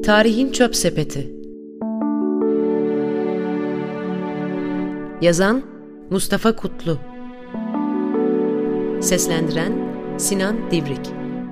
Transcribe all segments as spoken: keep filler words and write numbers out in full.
Tarihin Çöp Sepeti. Yazan Mustafa Kutlu. Seslendiren Sinan Divrik.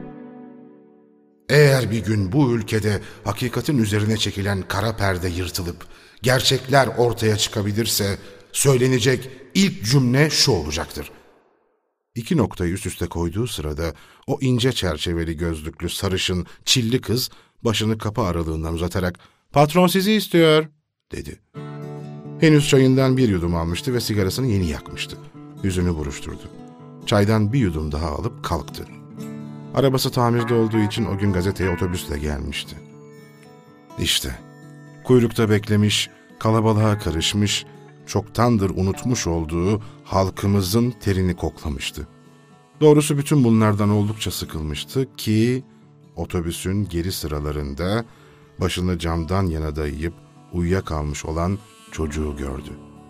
Eğer bir gün bu ülkede hakikatin üzerine çekilen kara perde yırtılıp gerçekler ortaya çıkabilirse söylenecek ilk cümle şu olacaktır. İki noktayı üst üste koyduğu sırada o ince çerçeveli gözlüklü sarışın çilli kız başını kapı aralığından uzatarak "Patron sizi istiyor," dedi. Henüz çayından bir yudum almıştı ve sigarasını yeni yakmıştı. Yüzünü buruşturdu. Çaydan bir yudum daha alıp kalktı. Arabası tamirde olduğu için o gün gazeteye otobüsle gelmişti. İşte, kuyrukta beklemiş, kalabalığa karışmış, çoktandır unutmuş olduğu halkımızın terini koklamıştı. Doğrusu bütün bunlardan oldukça sıkılmıştı ki otobüsün geri sıralarında başını camdan yana dayayıp uyuyakalmış olan çocuğu gördü.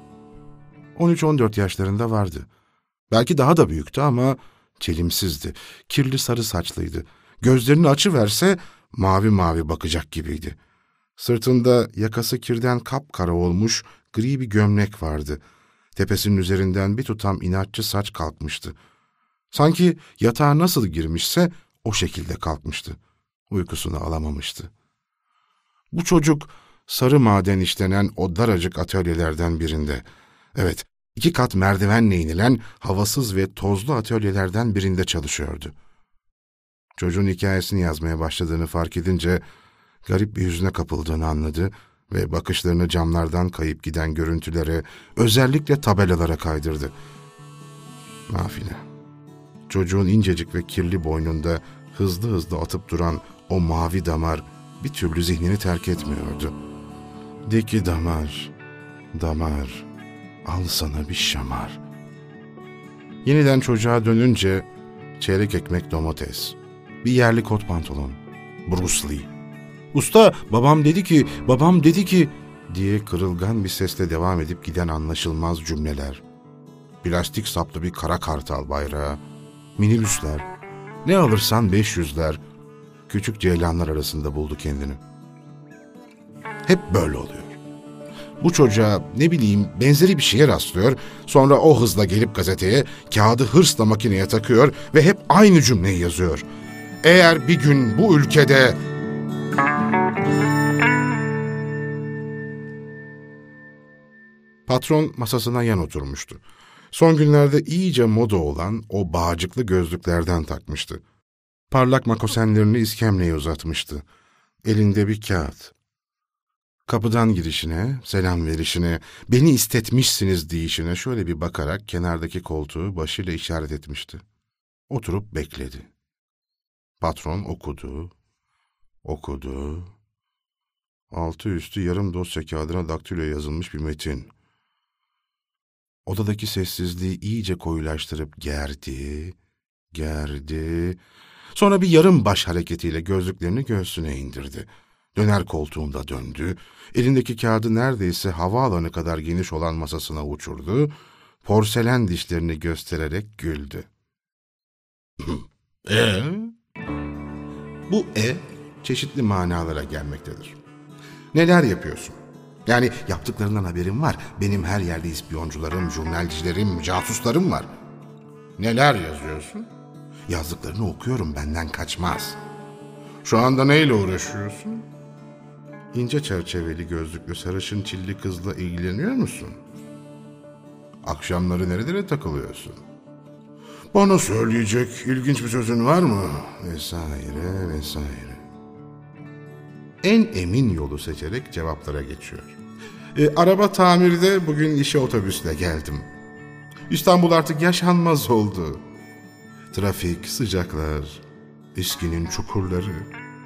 on üç on dört yaşlarında vardı. Belki daha da büyüktü ama çelimsizdi. Kirli sarı saçlıydı. Gözlerini açıverse mavi mavi bakacak gibiydi. Sırtında yakası kirden kapkara olmuş gri bir gömlek vardı. Tepesinin üzerinden bir tutam inatçı saç kalkmıştı. Sanki yatağa nasıl girmişse o şekilde kalkmıştı. Uykusunu alamamıştı. Bu çocuk sarı maden işlenen o daracık atölyelerden birinde, evet, iki kat merdivenle inilen havasız ve tozlu atölyelerden birinde çalışıyordu. Çocuğun hikayesini yazmaya başladığını fark edince garip bir hüzne kapıldığını anladı ve bakışlarını camlardan kayıp giden görüntülere, özellikle tabelalara kaydırdı. Nafile. Çocuğun incecik ve kirli boynunda hızlı hızlı atıp duran o mavi damar bir türlü zihnini terk etmiyordu. De ki damar, damar, al sana bir şamar. Yeniden çocuğa dönünce çeyrek ekmek domates, bir yerli kot pantolon, Bruce Lee. "Usta, babam dedi ki, babam dedi ki," diye kırılgan bir sesle devam edip giden anlaşılmaz cümleler. Plastik saplı bir kara kartal bayrağı, minibüsler, ne alırsan beş yüzler, küçük ceylanlar arasında buldu kendini. Hep böyle oluyor. Bu çocuğa ne bileyim benzeri bir şeye rastlıyor, sonra o hızla gelip gazeteye kağıdı hırsla makineye takıyor ve hep aynı cümleyi yazıyor. Eğer bir gün bu ülkede... Patron masasına yan oturmuştu. Son günlerde iyice moda olan o bağcıklı gözlüklerden takmıştı. Parlak makosenlerini iskemleye uzatmıştı. Elinde bir kağıt. Kapıdan girişine, selam verişine, beni istetmişsiniz deyişine şöyle bir bakarak kenardaki koltuğu başıyla işaret etmişti. Oturup bekledi. Patron okudu, okudu. Altı üstü yarım dosya kağıdına daktilo yazılmış bir metin. Odadaki sessizliği iyice koyulaştırıp gerdi, gerdi. Sonra bir yarım baş hareketiyle gözlüklerini göğsüne indirdi. Döner koltuğunda döndü, elindeki kağıdı neredeyse havaalanı kadar geniş olan masasına uçurdu, porselen dişlerini göstererek güldü. E? Bu e çeşitli manalara gelmektedir. Neler yapıyorsun? Yani yaptıklarından haberim var. Benim her yerde ispiyoncularım, jurnalcilerim, casuslarım var. Neler yazıyorsun? Yazdıklarını okuyorum, benden kaçmaz. Şu anda neyle uğraşıyorsun? İnce çerçeveli gözlüklü sarışın çilli kızla ilgileniyor musun? Akşamları nerelere takılıyorsun? Bana söyleyecek ilginç bir sözün var mı? Vesaire vesaire. En emin yolu seçerek cevaplara geçiyor. E, araba tamirde, bugün işe otobüsle geldim. İstanbul artık yaşanmaz oldu. Trafik, sıcaklar, eskinin çukurları.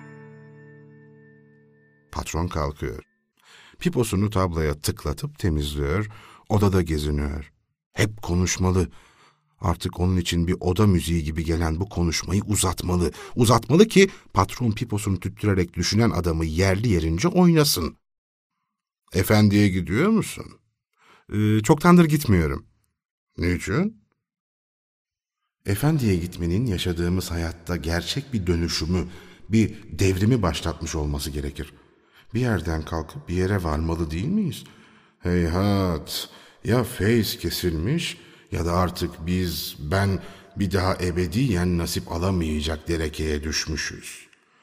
Patron kalkıyor. Piposunu tabloya tıklatıp temizliyor, odada geziniyor. Hep konuşmalı. Artık onun için bir oda müziği gibi gelen bu konuşmayı uzatmalı. Uzatmalı ki patron piposunu tüttürerek düşünen adamı yerli yerince oynasın. Efendiye gidiyor musun? Ee, çoktandır gitmiyorum. Niçin? Efendiye gitmenin yaşadığımız hayatta gerçek bir dönüşümü, bir devrimi başlatmış olması gerekir. Bir yerden kalkıp bir yere varmalı değil miyiz? Heyhat, ya feyz kesilmiş ya da artık biz, ben bir daha ebediyen nasip alamayacak derekeye düşmüşüz.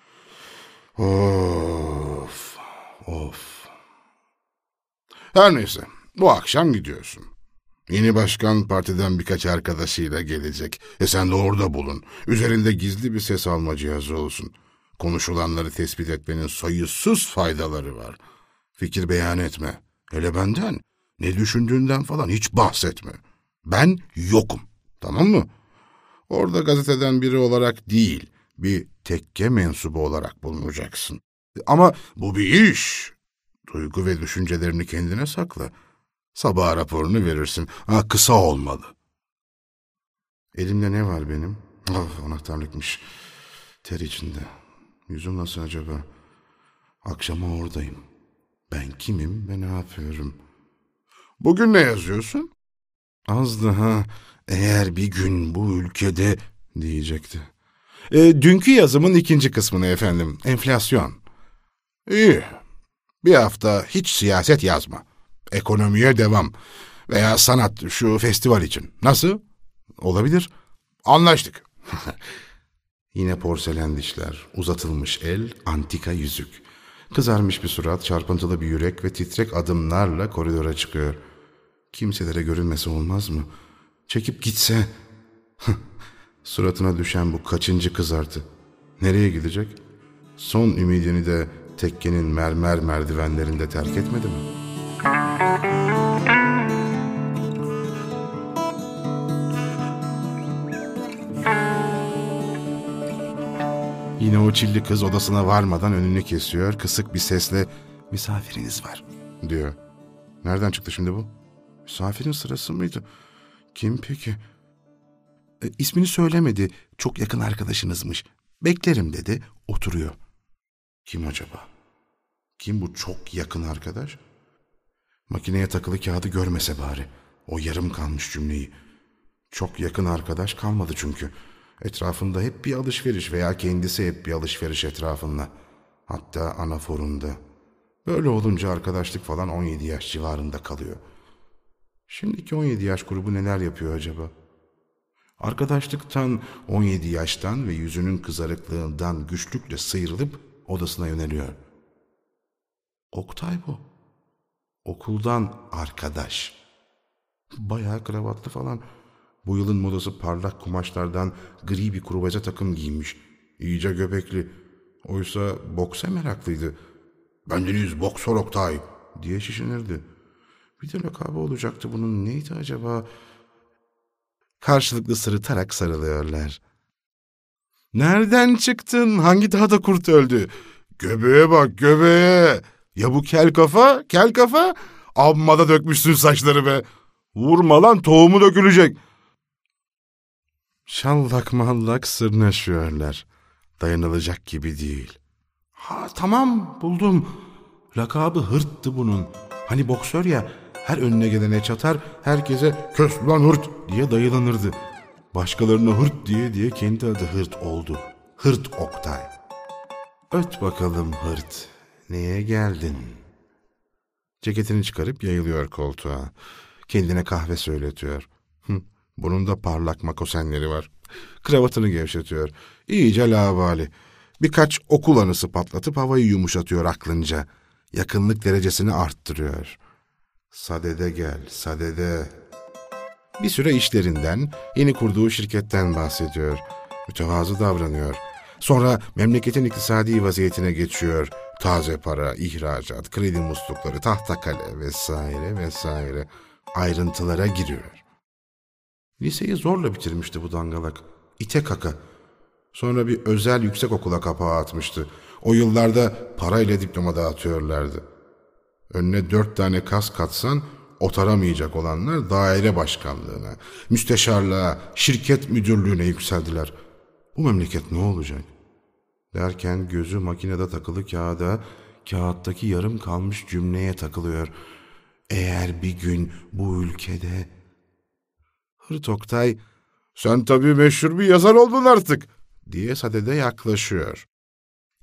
Of, of. Her neyse, bu akşam gidiyorsun. Yeni başkan partiden birkaç arkadaşıyla gelecek. E sen de orada bulun. Üzerinde gizli bir ses alma cihazı olsun. Konuşulanları tespit etmenin sayısız faydaları var. Fikir beyan etme. Hele benden, ne düşündüğünden falan hiç bahsetme. Ben yokum, tamam mı? Orada gazeteden biri olarak değil, bir tekke mensubu olarak bulunacaksın. Ama bu bir iş. Duygu ve düşüncelerini kendine sakla. Sabah raporunu verirsin. Ha, kısa olmalı. Elimde ne var benim? Oh, anahtarlıkmış. Ter içinde. Yüzüm nasıl acaba? Akşama oradayım. Ben kimim ve ne yapıyorum? Bugün ne yazıyorsun? Az daha eğer bir gün bu ülkede diyecekti. E, dünkü yazımın ikinci kısmını efendim. Enflasyon. İyi. Bir hafta hiç siyaset yazma. Ekonomiye devam. Veya sanat, şu festival için. Nasıl? Olabilir. Anlaştık. Yine porselen dişler, uzatılmış el, antika yüzük. Kızarmış bir surat, çarpıntılı bir yürek ve titrek adımlarla koridora çıkıyor. Kimselere görünmesi olmaz mı? Çekip gitse. Suratına düşen bu kaçıncı kızartı? Nereye gidecek? Son ümidini de tekkenin mermer merdivenlerinde terk etmedi mi? Yine o çilli kız odasına varmadan önünü kesiyor, kısık bir sesle "Misafiriniz var," diyor. Nereden çıktı şimdi bu? Misafirin sırası mıydı? Kim peki? E, ismini söylemedi, çok yakın arkadaşınızmış. Beklerim dedi, oturuyor. Kim acaba? Kim bu çok yakın arkadaş? Makineye takılı kağıdı görmese bari. O yarım kalmış cümleyi. Çok yakın arkadaş kalmadı çünkü. Etrafında hep bir alışveriş veya kendisi hep bir alışveriş etrafında. Hatta anaforunda. Böyle olunca arkadaşlık falan on yedi yaş civarında kalıyor. Şimdiki on yedi yaş grubu neler yapıyor acaba? Arkadaşlıktan, on yedi yaştan ve yüzünün kızarıklığından güçlükle sıyrılıp odasına yöneliyor. Oktay bu. Okuldan arkadaş. Bayağı kravatlı falan. Bu yılın modası parlak kumaşlardan gri bir kruvaze takım giymiş. İyice göbekli. Oysa boksa meraklıydı. "Bendeniz boksör Oktay," diye şişinirdi. Bir de lakabı olacaktı bunun, neydi acaba? Karşılıklı sırıtarak sarılıyorlar. "Nereden çıktın? Hangi dağda kurt öldü?" "Göbeğe bak, göbeğe. Ya bu kel kafa, kel kafa? Amma da dökmüşsün saçları be. Vurma lan, tohumu dökülecek." Şallak mallak sırnaşıyorlar. Dayanılacak gibi değil. "Ha tamam, buldum. Lakabı Hırt'tı bunun. Hani boksör ya, her önüne gelene çatar, herkese 'Kös lan Hırt' diye dayılanırdı. Başkalarına Hırt diye diye kendi adı Hırt oldu. Hırt Oktay. Öt bakalım Hırt, neye geldin?" Ceketini çıkarıp yayılıyor koltuğa. Kendine kahve söyletiyor. Hı, bunun da parlak makosenleri var. Kravatını gevşetiyor. İyice labali. Birkaç okul anısı patlatıp havayı yumuşatıyor aklınca. Yakınlık derecesini arttırıyor. Sadede gel, sadede. Bir süre işlerinden, yeni kurduğu şirketten bahsediyor. Mütevazı davranıyor. Sonra memleketin iktisadi vaziyetine geçiyor. Taze para, ihracat, kredi muslukları, tahtakale vesaire vesaire. Ayrıntılara giriyor. Liseyi zorla bitirmişti bu dangalak. İte kaka. Sonra bir özel yüksek okula kapağı atmıştı. O yıllarda parayla diploma dağıtıyorlardı. Önüne dört tane kas katsan otaramayacak olanlar daire başkanlığına, müsteşarlığa, şirket müdürlüğüne yükseldiler. Bu memleket ne olacak? Derken gözü makinede takılı kağıda, kağıttaki yarım kalmış cümleye takılıyor. Eğer bir gün bu ülkede... Hırt Oktay, "Sen tabii meşhur bir yazar oldun artık," diye sadede yaklaşıyor.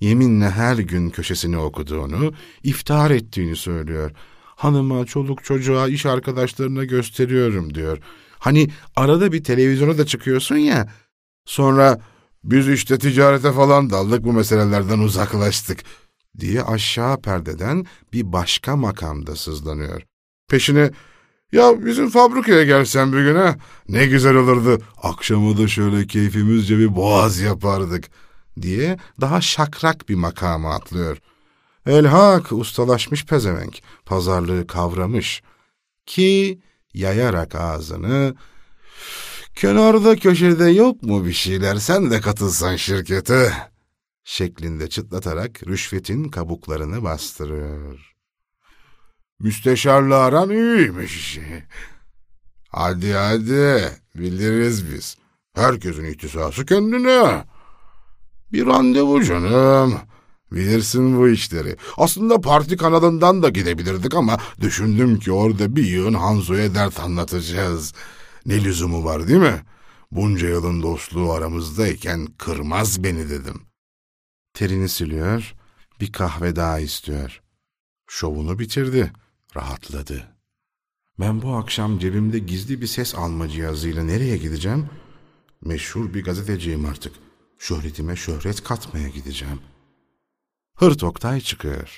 Yeminle her gün köşesini okuduğunu, iftihar ettiğini söylüyor. Hanıma, çoluk çocuğa, iş arkadaşlarına gösteriyorum diyor. Hani arada bir televizyona da çıkıyorsun ya, sonra biz işte ticarete falan daldık, bu meselelerden uzaklaştık diye aşağı perdeden bir başka makamda sızlanıyor. Peşine, ya bizim fabrikaya gelsen bir gün ha, ne güzel olurdu, akşama da şöyle keyfimizce bir boğaz yapardık diye daha şakrak bir makama atlıyor. Elhak ustalaşmış pezevenk, pazarlığı kavramış ki yayarak ağzını, kenarda köşede yok mu bir şeyler, sen de katılsan şirkete şeklinde çıtlatarak rüşvetin kabuklarını bastırıyor. Müsteşarla aran iyiymiş. Hadi hadi, biliriz biz. Herkesin ihtisası kendine. Bir randevu canım. Bilirsin bu işleri. Aslında parti kanalından da gidebilirdik ama düşündüm ki orada bir yığın Hanzo'ya dert anlatacağız. Ne lüzumu var değil mi? Bunca yılın dostluğu aramızdayken kırmaz beni dedim. Terini siliyor, bir kahve daha istiyor. Şovunu bitirdi, rahatladı. Ben bu akşam cebimde gizli bir ses alma cihazıyla nereye gideceğim? Meşhur bir gazeteciyim artık. Şöhretime şöhret katmaya gideceğim. Hırt Oktay çıkıyor.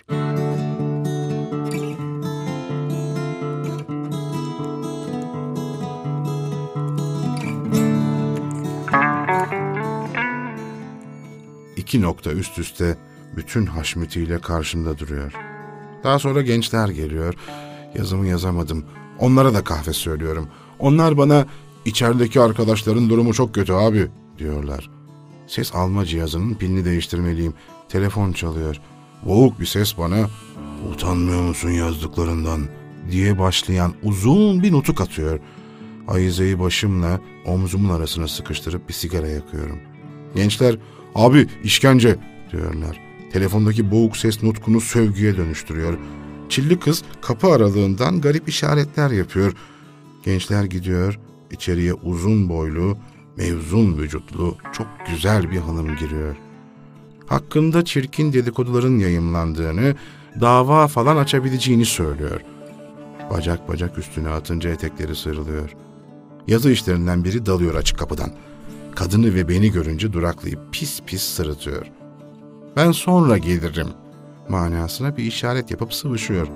İki nokta üst üste bütün haşmetiyle karşımda duruyor. Daha sonra gençler geliyor. Yazımı yazamadım. Onlara da kahve söylüyorum. Onlar bana, içerideki arkadaşların durumu çok kötü abi diyorlar. Ses alma cihazının pilini değiştirmeliyim. Telefon çalıyor. Boğuk bir ses bana, utanmıyor musun yazdıklarından diye başlayan uzun bir nutuk atıyor. Ayizeyi başımla omzumun arasına sıkıştırıp bir sigara yakıyorum. Gençler, abi işkence diyorlar. Telefondaki boğuk ses nutkunu sövgüye dönüştürüyor. Çilli kız kapı aralığından garip işaretler yapıyor. Gençler gidiyor, içeriye uzun boylu, mevzun vücutlu, çok güzel bir hanım giriyor. Hakkında çirkin dedikoduların yayımlandığını, dava falan açabileceğini söylüyor. Bacak bacak üstüne atınca etekleri sıyrılıyor. Yazı işlerinden biri dalıyor açık kapıdan. Kadını ve beni görünce duraklayıp pis pis sırıtıyor. Ben sonra gelirim manasına bir işaret yapıp sıvışıyor.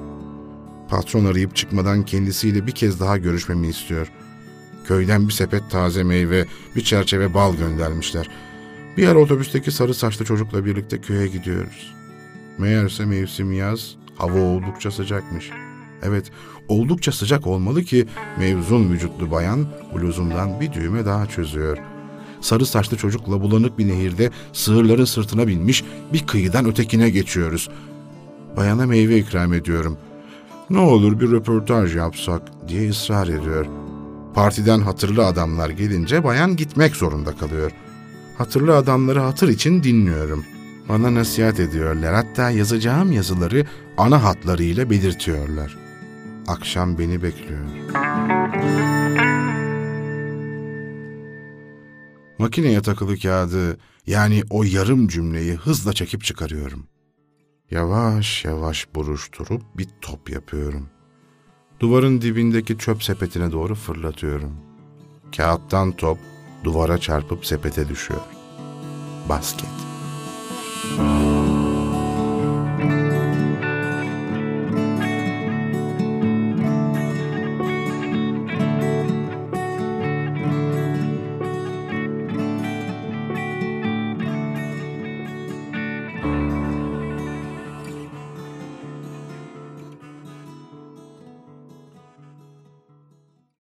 Patron arayıp çıkmadan kendisiyle bir kez daha görüşmemi istiyor. Köyden bir sepet taze meyve, bir çerçeve bal göndermişler. Bir ara otobüsteki sarı saçlı çocukla birlikte köye gidiyoruz. Meğerse mevsim yaz, hava oldukça sıcakmış. Evet, oldukça sıcak olmalı ki mevzun vücutlu bayan bluzundan bir düğme daha çözüyor. Sarı saçlı çocukla bulanık bir nehirde sığırların sırtına binmiş bir kıyıdan ötekine geçiyoruz. Bayana meyve ikram ediyorum. Ne olur bir röportaj yapsak diye ısrar ediyor. Partiden hatırlı adamlar gelince bayan gitmek zorunda kalıyor. Hatırlı adamları hatır için dinliyorum. Bana nasihat ediyorlar, hatta yazacağım yazıları ana hatlarıyla belirtiyorlar. Akşam beni bekliyor. Makineye takılı kağıdı, yani o yarım cümleyi hızla çekip çıkarıyorum. Yavaş yavaş buruşturup bir top yapıyorum. Duvarın dibindeki çöp sepetine doğru fırlatıyorum. Kağıttan top duvara çarpıp sepete düşüyor. Basket.